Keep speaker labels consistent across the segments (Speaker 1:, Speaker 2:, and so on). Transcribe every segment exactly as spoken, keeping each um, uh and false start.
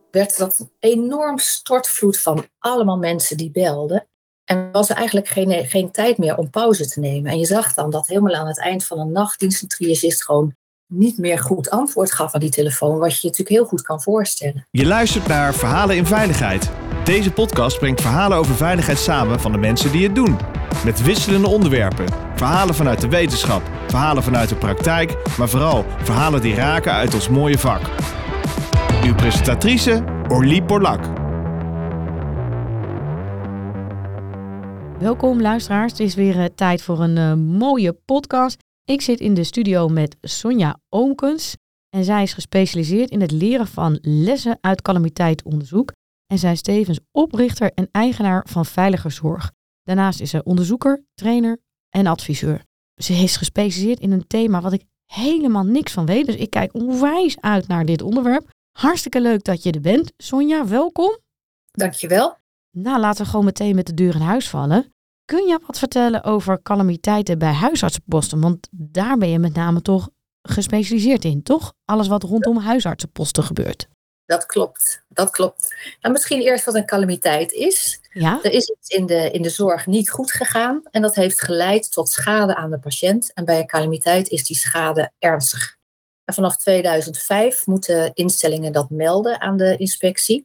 Speaker 1: werd dat een enorm stortvloed van allemaal mensen die belden. En was er eigenlijk geen, geen tijd meer om pauze te nemen. En je zag dan dat helemaal aan het eind van een nachtdienst een triagist gewoon niet meer goed antwoord gaf aan die telefoon, wat je je natuurlijk heel goed kan voorstellen.
Speaker 2: Je luistert naar Verhalen in Veiligheid. Deze podcast brengt verhalen over veiligheid samen van de mensen die het doen. Met wisselende onderwerpen. Verhalen vanuit de wetenschap, verhalen vanuit de praktijk, maar vooral verhalen die raken uit ons mooie vak. Uw presentatrice, Orlie Borlak.
Speaker 3: Welkom luisteraars, het is weer uh, tijd voor een uh, mooie podcast. Ik zit in de studio met Sonja Oomkens en zij is gespecialiseerd in het leren van lessen uit calamiteitenonderzoek. En zij is tevens oprichter en eigenaar van Veilige Zorg. Daarnaast is ze onderzoeker, trainer en adviseur. Ze is gespecialiseerd in een thema wat ik helemaal niks van weet. Dus ik kijk onwijs uit naar dit onderwerp. Hartstikke leuk dat je er bent. Sonja, welkom.
Speaker 1: Dankjewel.
Speaker 3: Nou, laten we gewoon meteen met de deur in huis vallen. Kun je wat vertellen over calamiteiten bij huisartsenposten? Want daar ben je met name toch gespecialiseerd in, toch? Alles wat rondom huisartsenposten gebeurt.
Speaker 1: Dat klopt, dat klopt. Nou, misschien eerst wat een calamiteit is.
Speaker 3: Ja?
Speaker 1: Er is iets in de, in de zorg niet goed gegaan en dat heeft geleid tot schade aan de patiënt. En bij een calamiteit is die schade ernstig. En vanaf tweeduizend vijf moeten instellingen dat melden aan de inspectie.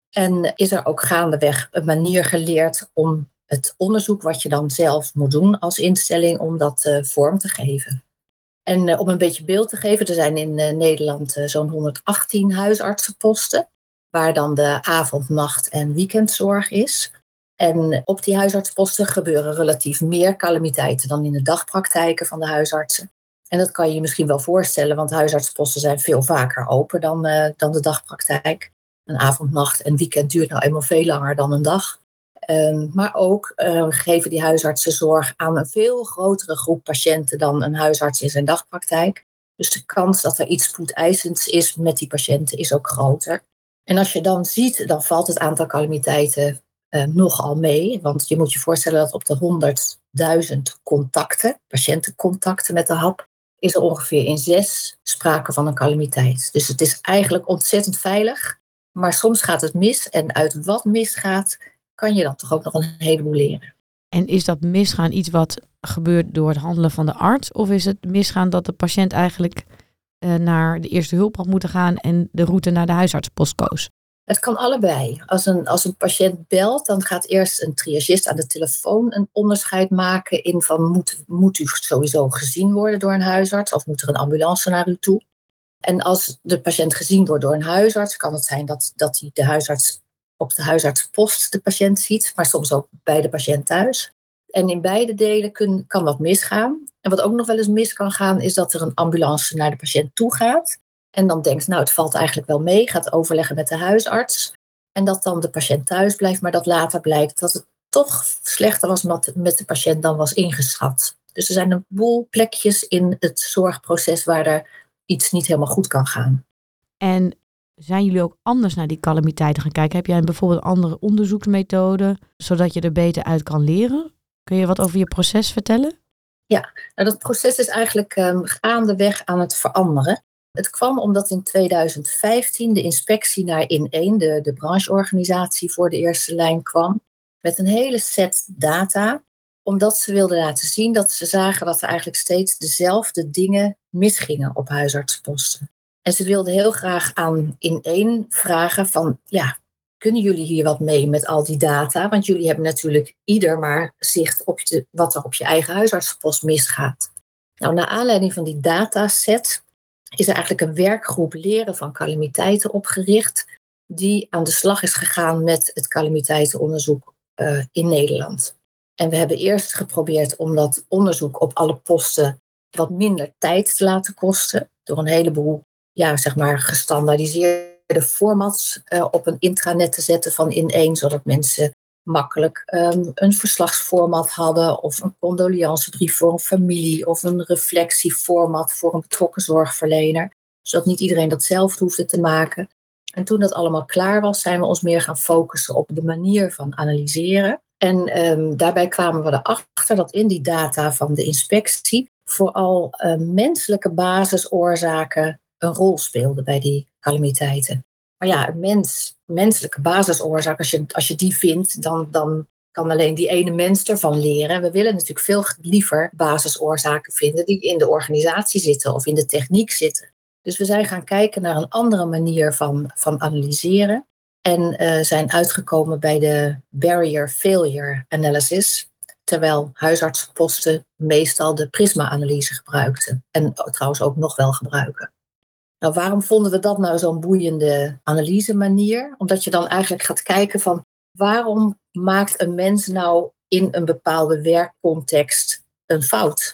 Speaker 1: En is er ook gaandeweg een manier geleerd om het onderzoek wat je dan zelf moet doen als instelling, om dat uh, vorm te geven. En uh, om een beetje beeld te geven, er zijn in uh, Nederland uh, zo'n honderdachttien huisartsenposten, waar dan de avond-, nacht- en weekendzorg is. En op die huisartsenposten gebeuren relatief meer calamiteiten dan in de dagpraktijken van de huisartsen. En dat kan je je misschien wel voorstellen, want huisartsenposten zijn veel vaker open dan, uh, dan de dagpraktijk. Een avond, nacht en weekend duurt nou eenmaal veel langer dan een dag. Um, maar ook uh, geven die huisartsen zorg aan een veel grotere groep patiënten dan een huisarts in zijn dagpraktijk. Dus de kans dat er iets spoedeisends is met die patiënten is ook groter. En als je dan ziet, dan valt het aantal calamiteiten uh, nogal mee. Want je moet je voorstellen dat op de honderdduizend contacten, patiëntencontacten met de hap, is er ongeveer in zes sprake van een calamiteit. Dus het is eigenlijk ontzettend veilig. Maar soms gaat het mis en uit wat misgaat kan je dan toch ook nog een heleboel leren.
Speaker 3: En is dat misgaan iets wat gebeurt door het handelen van de arts? Of is het misgaan dat de patiënt eigenlijk uh, naar de eerste hulp had moeten gaan en de route naar de huisartsenpost koos?
Speaker 1: Het kan allebei. Als een, als een patiënt belt, dan gaat eerst een triagist aan de telefoon een onderscheid maken in van moet, moet u sowieso gezien worden door een huisarts of moet er een ambulance naar u toe? En als de patiënt gezien wordt door een huisarts, kan het zijn dat, dat hij de huisarts op de huisartsenpost de patiënt ziet, maar soms ook bij de patiënt thuis. En in beide delen kun, kan dat misgaan. En wat ook nog wel eens mis kan gaan, is dat er een ambulance naar de patiënt toe gaat. En dan denkt, nou het valt eigenlijk wel mee, gaat overleggen met de huisarts. En dat dan de patiënt thuis blijft, maar dat later blijkt dat het toch slechter was met, met de patiënt dan was ingeschat. Dus er zijn een boel plekjes in het zorgproces waar er iets niet helemaal goed kan gaan.
Speaker 3: En zijn jullie ook anders naar die calamiteiten gaan kijken? Heb jij bijvoorbeeld andere onderzoeksmethoden, zodat je er beter uit kan leren? Kun je wat over je proces vertellen?
Speaker 1: Ja, nou dat proces is eigenlijk um, gaandeweg aan het veranderen. Het kwam omdat in tweeduizend vijftien de inspectie naar in één, de, de brancheorganisatie, voor de eerste lijn kwam met een hele set data, omdat ze wilden laten zien dat ze zagen dat er eigenlijk steeds dezelfde dingen misgingen op huisartsenposten. En ze wilden heel graag aan in één vragen van, ja, kunnen jullie hier wat mee met al die data? Want jullie hebben natuurlijk ieder maar zicht op je, wat er op je eigen huisartsenpost misgaat. Nou, naar aanleiding van die dataset is er eigenlijk een werkgroep leren van calamiteiten opgericht, die aan de slag is gegaan met het calamiteitenonderzoek uh, in Nederland. En we hebben eerst geprobeerd om dat onderzoek op alle posten wat minder tijd te laten kosten, door een heleboel ja, zeg maar gestandaardiseerde formats uh, op een intranet te zetten van in één, zodat mensen makkelijk um, een verslagsformat hadden of een condoleancebrief voor een familie of een reflectieformat voor een betrokken zorgverlener, zodat niet iedereen dat zelf hoefde te maken. En toen dat allemaal klaar was, zijn we ons meer gaan focussen op de manier van analyseren. En um, daarbij kwamen we erachter dat in die data van de inspectie vooral uh, menselijke basisoorzaken een rol speelden bij die calamiteiten. Maar ja, een mens, menselijke basisoorzaak, als je, als je die vindt, dan, dan kan alleen die ene mens ervan leren. We willen natuurlijk veel liever basisoorzaken vinden die in de organisatie zitten of in de techniek zitten. Dus we zijn gaan kijken naar een andere manier van, van analyseren. En uh, zijn uitgekomen bij de Barrier Failure Analysis. Terwijl huisartsenposten meestal de prisma-analyse gebruikten. En trouwens ook nog wel gebruiken. Nou, waarom vonden we dat nou zo'n boeiende analysemanier? Omdat je dan eigenlijk gaat kijken van waarom maakt een mens nou in een bepaalde werkcontext een fout?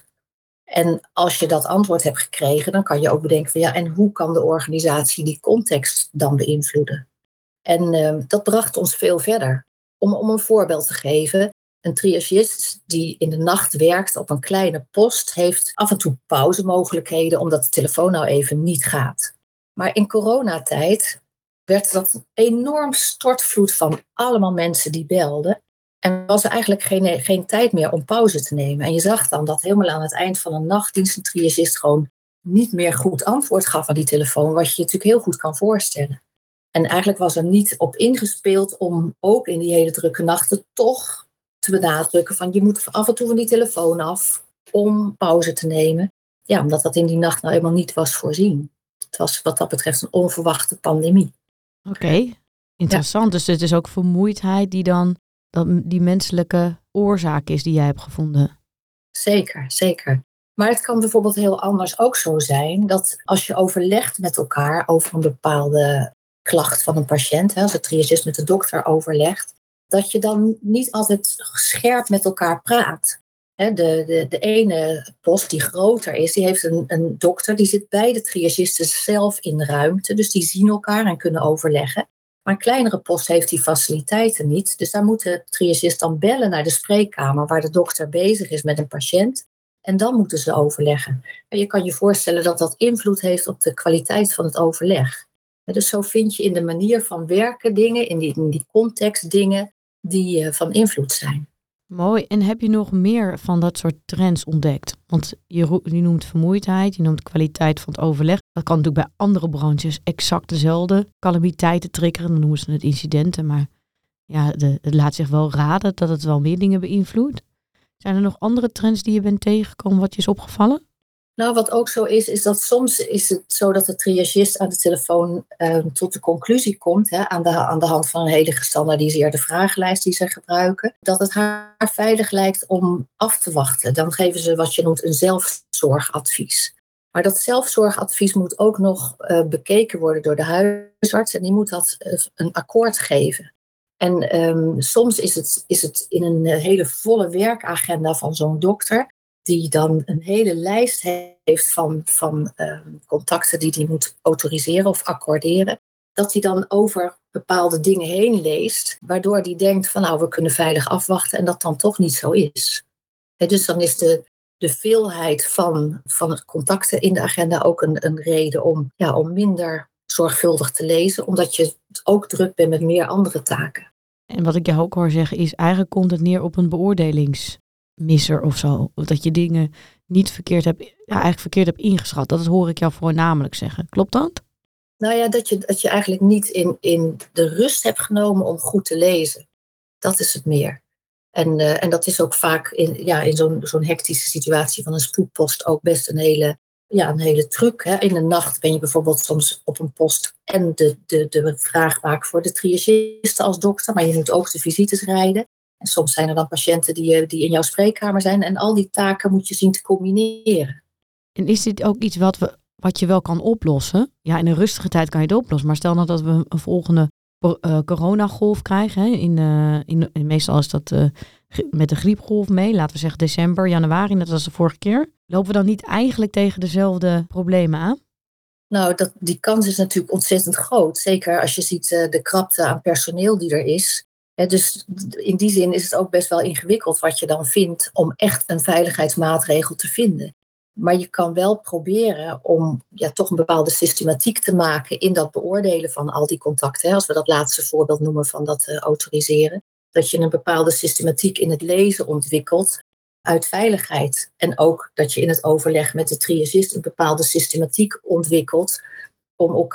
Speaker 1: En als je dat antwoord hebt gekregen, dan kan je ook bedenken van ja, en hoe kan de organisatie die context dan beïnvloeden? En uh, dat bracht ons veel verder. Om, om een voorbeeld te geven, een triagist die in de nacht werkt op een kleine post heeft af en toe pauzemogelijkheden omdat de telefoon nou even niet gaat. Maar in coronatijd werd dat een enorm stortvloed van allemaal mensen die belden. En was er eigenlijk geen, geen tijd meer om pauze te nemen. En je zag dan dat helemaal aan het eind van een nachtdienst een triagist gewoon niet meer goed antwoord gaf aan die telefoon, wat je je natuurlijk heel goed kan voorstellen. En eigenlijk was er niet op ingespeeld om ook in die hele drukke nachten toch te benadrukken van je moet af en toe van die telefoon af om pauze te nemen. Ja, omdat dat in die nacht nou helemaal niet was voorzien. Het was wat dat betreft een onverwachte pandemie.
Speaker 3: Oké, okay. Interessant. Ja. Dus het is ook vermoeidheid die dan dat die menselijke oorzaak is die jij hebt gevonden.
Speaker 1: Zeker, zeker. Maar het kan bijvoorbeeld heel anders ook zo zijn dat als je overlegt met elkaar over een bepaalde klacht van een patiënt, hè, als de triagist met de dokter overlegt, dat je dan niet altijd scherp met elkaar praat. Hè, de, de, de ene post die groter is, die heeft een, een dokter, die zit bij de triagisten zelf in de ruimte, dus die zien elkaar en kunnen overleggen. Maar een kleinere post heeft die faciliteiten niet, dus daar moet de triagist dan bellen naar de spreekkamer waar de dokter bezig is met een patiënt. En dan moeten ze overleggen. En je kan je voorstellen dat dat invloed heeft op de kwaliteit van het overleg. Dus zo vind je in de manier van werken dingen, in die, in die context dingen die uh, van invloed zijn.
Speaker 3: Mooi. En heb je nog meer van dat soort trends ontdekt? Want je, je noemt vermoeidheid, je noemt kwaliteit van het overleg. Dat kan natuurlijk bij andere branches exact dezelfde calamiteiten triggeren. Dan noemen ze het incidenten. Maar ja, de, het laat zich wel raden dat het wel meer dingen beïnvloedt. Zijn er nog andere trends die je bent tegengekomen wat je is opgevallen?
Speaker 1: Nou, wat ook zo is, is dat soms is het zo dat de triagist aan de telefoon uh, tot de conclusie komt, hè, aan, de, aan de hand van een hele gestandaardiseerde vragenlijst die ze gebruiken, dat het haar veilig lijkt om af te wachten. Dan geven ze wat je noemt een zelfzorgadvies. Maar dat zelfzorgadvies moet ook nog uh, bekeken worden door de huisarts en die moet dat uh, een akkoord geven. En um, soms is het, is het in een uh, hele volle werkagenda van zo'n dokter, die dan een hele lijst heeft van, van uh, contacten die hij moet autoriseren of accorderen, dat hij dan over bepaalde dingen heen leest, waardoor hij denkt van nou, we kunnen veilig afwachten en dat dan toch niet zo is. En dus dan is de, de veelheid van, van contacten in de agenda ook een, een reden om, ja, om minder zorgvuldig te lezen, omdat je ook druk bent met meer andere taken.
Speaker 3: En wat ik jou ook hoor zeggen is, eigenlijk komt het neer op een beoordelingsmisser of zo. Of dat je dingen niet verkeerd hebt, ja, eigenlijk verkeerd hebt ingeschat. Dat hoor ik jou voornamelijk zeggen. Klopt dat?
Speaker 1: Nou ja, dat je, dat je eigenlijk niet in, in de rust hebt genomen om goed te lezen. Dat is het meer. En, uh, en dat is ook vaak in, ja, in zo'n, zo'n hectische situatie van een spoedpost ook best een hele, ja, een hele truc. Hè. In de nacht ben je bijvoorbeeld soms op een post en de, de, de vraag maakt voor de triagisten als dokter, maar je moet ook de visites rijden. En soms zijn er dan patiënten die, die in jouw spreekkamer zijn en al die taken moet je zien te combineren.
Speaker 3: En is dit ook iets wat, we, wat je wel kan oplossen? Ja, in een rustige tijd kan je het oplossen, maar stel nou dat we een volgende uh, coronagolf krijgen. Hè? In, uh, in, in, meestal is dat uh, met de griepgolf mee, laten we zeggen december, januari, net als de vorige keer. Lopen we dan niet eigenlijk tegen dezelfde problemen aan?
Speaker 1: Nou, dat, die kans is natuurlijk ontzettend groot. Zeker als je ziet uh, de krapte aan personeel die er is. He, dus in die zin is het ook best wel ingewikkeld wat je dan vindt om echt een veiligheidsmaatregel te vinden. Maar je kan wel proberen om ja, toch een bepaalde systematiek te maken in dat beoordelen van al die contacten. He, als we dat laatste voorbeeld noemen van dat uh, autoriseren. Dat je een bepaalde systematiek in het lezen ontwikkelt uit veiligheid. En ook dat je in het overleg met de triagist een bepaalde systematiek ontwikkelt om elkaar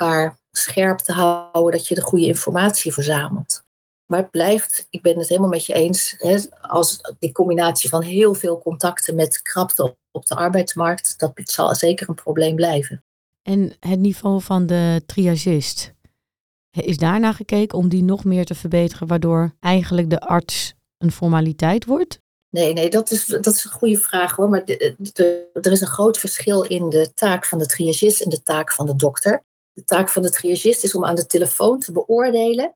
Speaker 1: scherp te houden, dat je de goede informatie verzamelt. Maar het blijft, ik ben het helemaal met je eens, hè, als die combinatie van heel veel contacten met krapte op de arbeidsmarkt, dat zal zeker een probleem blijven.
Speaker 3: En het niveau van de triagist, is daarna gekeken om die nog meer te verbeteren, waardoor eigenlijk de arts een formaliteit wordt?
Speaker 1: Nee, nee, dat is, dat is een goede vraag hoor. Maar de, de, er is een groot verschil in de taak van de triagist en de taak van de dokter. De taak van de triagist is om aan de telefoon te beoordelen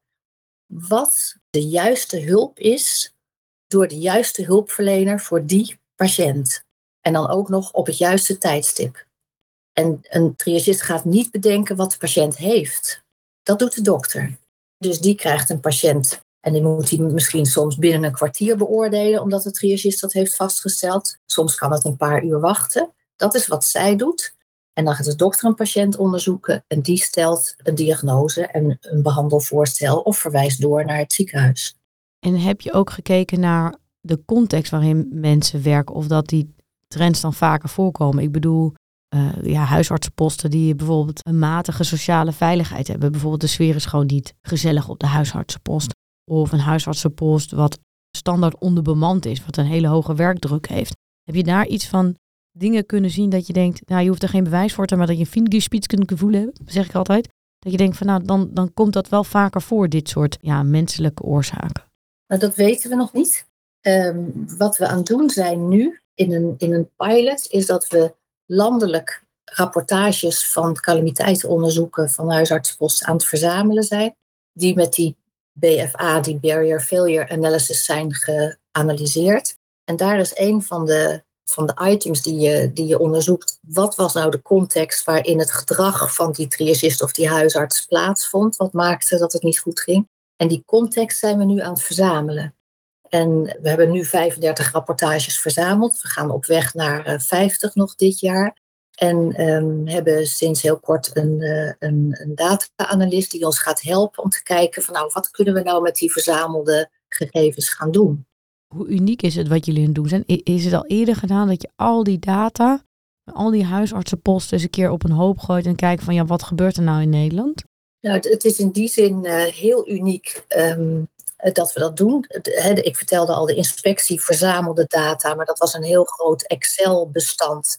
Speaker 1: wat de juiste hulp is door de juiste hulpverlener voor die patiënt. En dan ook nog op het juiste tijdstip. En een triagist gaat niet bedenken wat de patiënt heeft. Dat doet de dokter. Dus die krijgt een patiënt en die moet hij misschien soms binnen een kwartier beoordelen, omdat de triagist dat heeft vastgesteld. Soms kan het een paar uur wachten. Dat is wat zij doet. En dan gaat de dokter een patiënt onderzoeken en die stelt een diagnose en een behandelvoorstel of verwijst door naar het ziekenhuis.
Speaker 3: En heb je ook gekeken naar de context waarin mensen werken of dat die trends dan vaker voorkomen? Ik bedoel, uh, ja, huisartsenposten die bijvoorbeeld een matige sociale veiligheid hebben. Bijvoorbeeld de sfeer is gewoon niet gezellig op de huisartsenpost. Of een huisartsenpost wat standaard onderbemand is, wat een hele hoge werkdruk heeft. Heb je daar iets van dingen kunnen zien dat je denkt, nou je hoeft er geen bewijs voor te hebben, maar dat je een Fingerspitzengevoel hebt, zeg ik altijd. Dat je denkt van nou, dan, dan komt dat wel vaker voor, dit soort ja, menselijke oorzaken.
Speaker 1: Nou, dat weten we nog niet. Um, wat we aan het doen zijn nu in een, in een pilot, is dat we landelijk rapportages van calamiteitenonderzoeken van huisartsenposten aan het verzamelen zijn, die met die B F A, die Barrier Failure Analysis, zijn geanalyseerd. En daar is een van de, van de items die je, die je onderzoekt. Wat was nou de context waarin het gedrag van die triagist of die huisarts plaatsvond? Wat maakte dat het niet goed ging? En die context zijn we nu aan het verzamelen. En we hebben nu vijfendertig rapportages verzameld. We gaan op weg naar vijftig nog dit jaar. En um, hebben sinds heel kort een, uh, een, een data-analyst die ons gaat helpen om te kijken van nou, wat kunnen we nou met die verzamelde gegevens gaan doen.
Speaker 3: Hoe uniek is het wat jullie aan het doen zijn? Is het al eerder gedaan dat je al die data, al die huisartsenposten eens een keer op een hoop gooit en kijkt van ja, wat gebeurt er nou in Nederland?
Speaker 1: Nou, het, het is in die zin uh, heel uniek um, dat we dat doen. Ik vertelde al, de inspectie verzamelde data, maar dat was een heel groot Excel-bestand.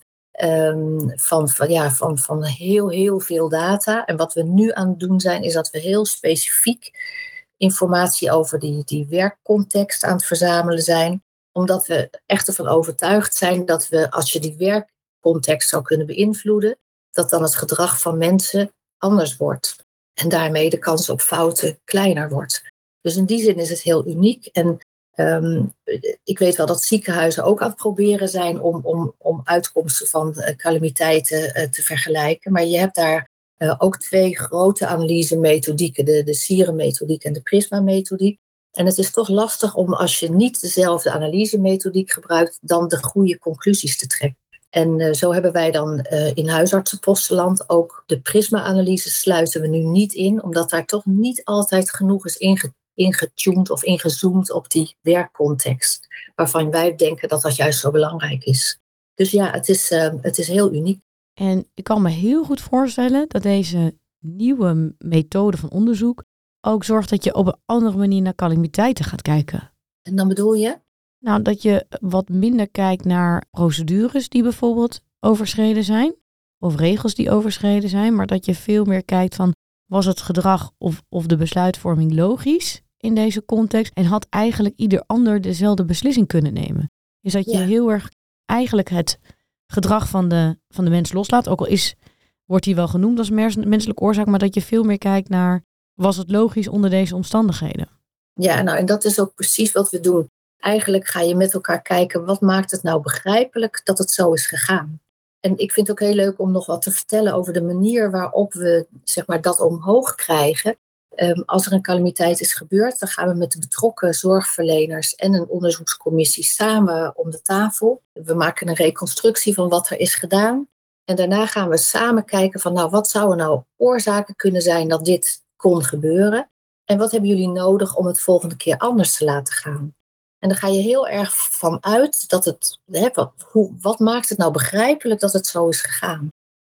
Speaker 1: Um, van, van, ja, van, van heel, heel veel data. En wat we nu aan het doen zijn, is dat we heel specifiek informatie over die, die werkcontext aan het verzamelen zijn. Omdat we echt ervan overtuigd zijn dat we, als je die werkcontext zou kunnen beïnvloeden, dat dan het gedrag van mensen anders wordt. En daarmee de kans op fouten kleiner wordt. Dus in die zin is het heel uniek. En Um, ik weet wel dat ziekenhuizen ook aan het proberen zijn om, om, om uitkomsten van uh, calamiteiten uh, te vergelijken. Maar je hebt daar uh, ook twee grote analysemethodieken, de, de SIRE-methodiek en de PRISMA-methodiek. En het is toch lastig om, als je niet dezelfde analysemethodiek gebruikt, dan de goede conclusies te trekken. En uh, zo hebben wij dan uh, in huisartsenpostenland ook de PRISMA-analyse sluiten we nu niet in, omdat daar toch niet altijd genoeg is ingetrokken. ingetuned of ingezoomd op die werkcontext, waarvan wij denken dat dat juist zo belangrijk is. Dus ja, het is, uh, het is heel uniek.
Speaker 3: En ik kan me heel goed voorstellen dat deze nieuwe methode van onderzoek ook zorgt dat je op een andere manier naar calamiteiten gaat kijken.
Speaker 1: En dan bedoel je?
Speaker 3: Nou, dat je wat minder kijkt naar procedures die bijvoorbeeld overschreden zijn, of regels die overschreden zijn, maar dat je veel meer kijkt van, was het gedrag of, of de besluitvorming logisch in deze context en had eigenlijk ieder ander dezelfde beslissing kunnen nemen. Dus dat je ja. heel erg eigenlijk het gedrag van de, van de mens loslaat, ook al is, wordt hij wel genoemd als mens, menselijke oorzaak, maar dat je veel meer kijkt naar, was het logisch onder deze omstandigheden?
Speaker 1: Ja, nou en dat is ook precies wat we doen. Eigenlijk ga je met elkaar kijken, wat maakt het nou begrijpelijk dat het zo is gegaan? En ik vind het ook heel leuk om nog wat te vertellen over de manier waarop we zeg maar, dat omhoog krijgen. Um, als er een calamiteit is gebeurd, dan gaan we met de betrokken zorgverleners en een onderzoekscommissie samen om de tafel. We maken een reconstructie van wat er is gedaan. En daarna gaan we samen kijken van nou, wat zouden nou oorzaken kunnen zijn dat dit kon gebeuren? En wat hebben jullie nodig om het volgende keer anders te laten gaan? En dan ga je heel erg van uit dat het, hè, wat, hoe, wat maakt het nou begrijpelijk dat het zo is gegaan?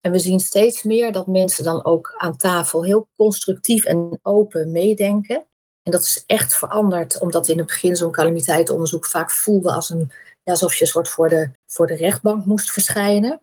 Speaker 1: En we zien steeds meer dat mensen dan ook aan tafel heel constructief en open meedenken. En dat is echt veranderd, omdat in het begin zo'n calamiteitenonderzoek vaak voelde als een, ja, alsof je een soort voor de, voor de rechtbank moest verschijnen.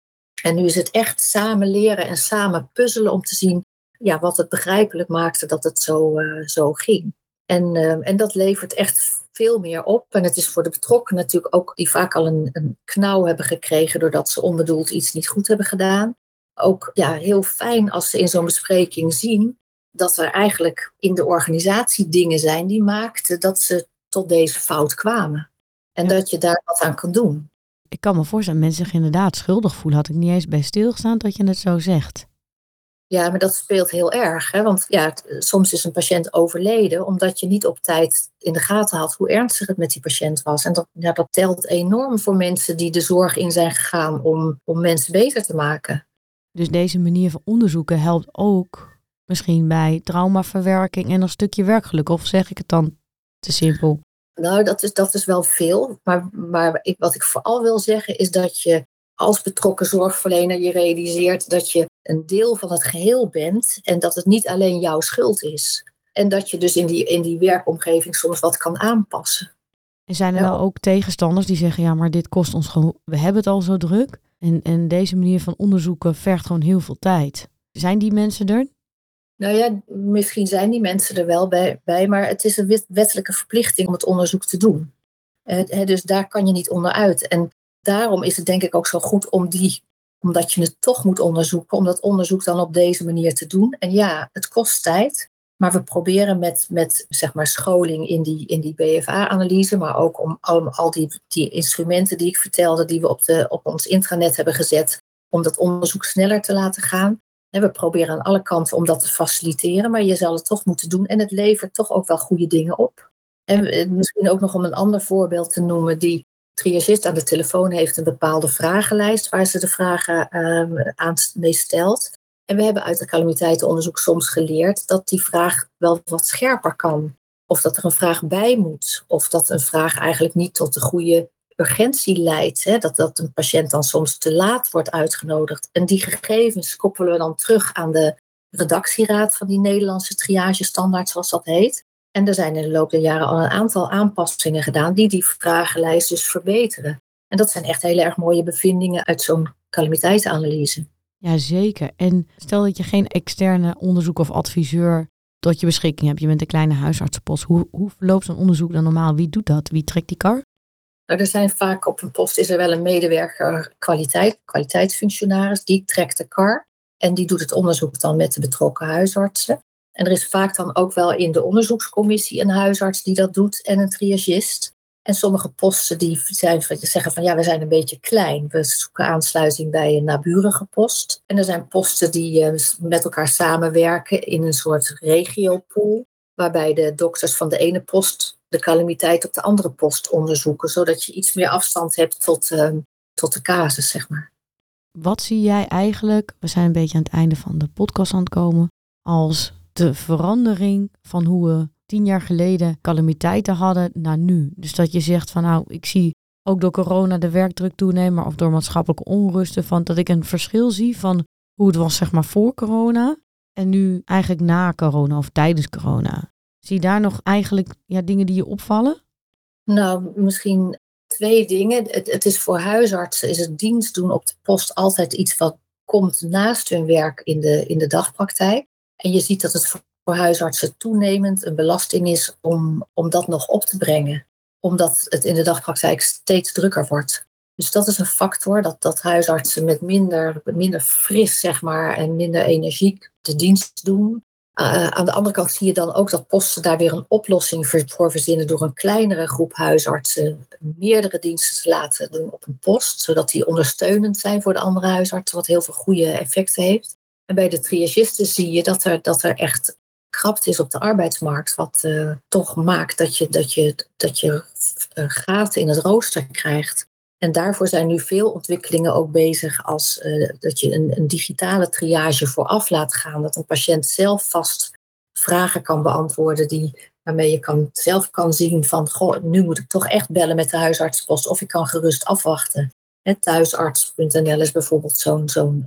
Speaker 1: En nu is het echt samen leren en samen puzzelen om te zien, ja, wat het begrijpelijk maakte dat het zo, uh, zo ging. En, uh, en dat levert echt veel meer op. En het is voor de betrokkenen natuurlijk ook, die vaak al een, een knauw hebben gekregen doordat ze onbedoeld iets niet goed hebben gedaan. Ook ja, heel fijn als ze in zo'n bespreking zien dat er eigenlijk in de organisatie dingen zijn die maakten dat ze tot deze fout kwamen. En ja. dat je daar wat aan kan doen.
Speaker 3: Ik kan me voorstellen, mensen zich inderdaad schuldig voelen. Had ik niet eens bij stilgestaan dat je het zo zegt.
Speaker 1: Ja, maar dat speelt heel erg. Hè? Want ja, het, soms is een patiënt overleden omdat je niet op tijd in de gaten had hoe ernstig het met die patiënt was. En dat, ja, dat telt enorm voor mensen die de zorg in zijn gegaan om, om mensen beter te maken.
Speaker 3: Dus deze manier van onderzoeken helpt ook misschien bij traumaverwerking en een stukje werkgeluk. Of zeg ik het dan te simpel?
Speaker 1: Nou, dat is, dat is wel veel. Maar, maar ik, wat ik vooral wil zeggen is dat je als betrokken zorgverlener je realiseert dat je een deel van het geheel bent en dat het niet alleen jouw schuld is. En dat je dus in die, in die werkomgeving soms wat kan aanpassen.
Speaker 3: En zijn er ja. nou ook tegenstanders die zeggen, ja, maar dit kost ons gewoon, we hebben het al zo druk. En, en deze manier van onderzoeken vergt gewoon heel veel tijd. Zijn die mensen er?
Speaker 1: Nou ja, misschien zijn die mensen er wel bij, bij maar het is een wettelijke verplichting om het onderzoek te doen. Uh, dus daar kan je niet onderuit. En daarom is het denk ik ook zo goed om die, omdat je het toch moet onderzoeken, om dat onderzoek dan op deze manier te doen. En ja, het kost tijd, maar we proberen met, met zeg maar scholing in die, in die B F A-analyse, maar ook om, om al die, die instrumenten die ik vertelde, die we op, de, op ons intranet hebben gezet, om dat onderzoek sneller te laten gaan. En we proberen aan alle kanten om dat te faciliteren, maar je zal het toch moeten doen en het levert toch ook wel goede dingen op. En misschien ook nog om een ander voorbeeld te noemen, die triagist aan de telefoon heeft een bepaalde vragenlijst waar ze de vragen uh, aan mee stelt. En we hebben uit het calamiteitenonderzoek soms geleerd dat die vraag wel wat scherper kan. Of dat er een vraag bij moet. Of dat een vraag eigenlijk niet tot de goede urgentie leidt. Hè? Dat, dat een patiënt dan soms te laat wordt uitgenodigd. En die gegevens koppelen we dan terug aan de redactieraad van die Nederlandse triagestandaard, zoals dat heet. En er zijn in de loop der jaren al een aantal aanpassingen gedaan die die vragenlijst dus verbeteren. En dat zijn echt heel erg mooie bevindingen uit zo'n calamiteitenanalyse.
Speaker 3: Ja, zeker. En stel dat je geen externe onderzoek of adviseur tot je beschikking hebt. Je bent een kleine huisartsenpost. Hoe, hoe verloopt zo'n onderzoek dan normaal? Wie doet dat? Wie trekt die kar?
Speaker 1: Nou, er zijn vaak op een post is er wel een medewerker kwaliteit, kwaliteitsfunctionaris. Die trekt de kar en die doet het onderzoek dan met de betrokken huisartsen. En er is vaak dan ook wel in de onderzoekscommissie een huisarts die dat doet en een triagist. En sommige posten die zijn, zeggen van ja, we zijn een beetje klein. We zoeken aansluiting bij een naburige post. En er zijn posten die uh, met elkaar samenwerken in een soort regiopool. Waarbij de dokters van de ene post de calamiteit op de andere post onderzoeken. Zodat je iets meer afstand hebt tot, uh, tot de casus, zeg maar.
Speaker 3: Wat zie jij eigenlijk, we zijn een beetje aan het einde van de podcast aan het komen, als de verandering van hoe we tien jaar geleden calamiteiten hadden naar nu. Dus dat je zegt van nou, ik zie ook door corona de werkdruk toenemen of door maatschappelijke onrusten, van dat ik een verschil zie van hoe het was zeg maar voor corona en nu eigenlijk na corona of tijdens corona. Zie je daar nog eigenlijk ja, dingen die je opvallen?
Speaker 1: Nou, misschien twee dingen. Het, het is voor huisartsen, is het dienst doen op de post altijd iets wat komt naast hun werk in de, in de dagpraktijk. En je ziet dat het voor huisartsen toenemend een belasting is om, om dat nog op te brengen. Omdat het in de dagpraktijk steeds drukker wordt. Dus dat is een factor, dat, dat huisartsen met minder, minder fris zeg maar, en minder energiek de dienst doen. Uh, aan de andere kant zie je dan ook dat posten daar weer een oplossing voor verzinnen door een kleinere groep huisartsen meerdere diensten te laten doen op een post. Zodat die ondersteunend zijn voor de andere huisartsen, wat heel veel goede effecten heeft. En bij de triagisten zie je dat er, dat er echt krapte is op de arbeidsmarkt, wat uh, toch maakt dat je, dat je, dat je uh, gaten in het rooster krijgt. En daarvoor zijn nu veel ontwikkelingen ook bezig als uh, dat je een, een digitale triage vooraf laat gaan. Dat een patiënt zelf vast vragen kan beantwoorden die, waarmee je kan, zelf kan zien van goh, nu moet ik toch echt bellen met de huisartsenpost of ik kan gerust afwachten. He, thuisarts punt n l is bijvoorbeeld zo'n, zo'n app.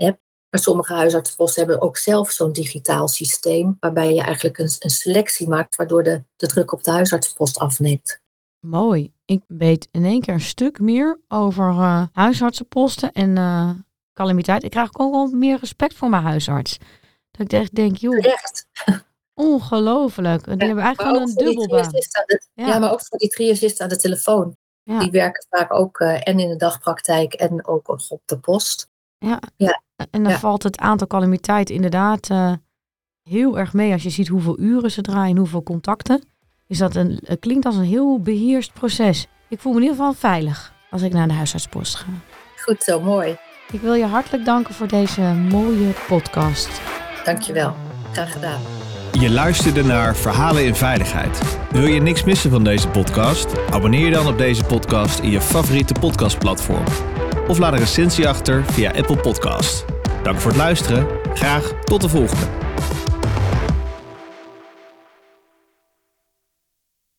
Speaker 1: Maar sommige huisartsenposten hebben ook zelf zo'n digitaal systeem, waarbij je eigenlijk een, een selectie maakt, waardoor de, de druk op de huisartsenpost afneemt.
Speaker 3: Mooi. Ik weet in één keer een stuk meer over uh, huisartsenposten en uh, calamiteit. Ik krijg ook wel meer respect voor mijn huisarts. Dat ik echt denk, joh,
Speaker 1: Echt.
Speaker 3: ongelooflijk. Die ja, hebben eigenlijk gewoon een dubbelbaan.
Speaker 1: De, ja. ja, maar ook voor die triagisten aan de telefoon. Ja. Die werken vaak ook uh, en in de dagpraktijk en ook op de post.
Speaker 3: Ja, ja. En dan ja. valt het aantal calamiteit inderdaad uh, heel erg mee. Als je ziet hoeveel uren ze draaien, hoeveel contacten. Is dat een, het klinkt als een heel beheerst proces. Ik voel me in ieder geval veilig als ik naar de huisartspost ga.
Speaker 1: Goed zo, mooi.
Speaker 3: Ik wil je hartelijk danken voor deze mooie podcast.
Speaker 1: Dankjewel. Graag gedaan.
Speaker 2: Je luisterde naar Verhalen in Veiligheid. Wil je niks missen van deze podcast? Abonneer je dan op deze podcast in je favoriete podcastplatform. Of laat een recensie achter via Apple Podcast. Dank voor het luisteren. Graag tot de volgende.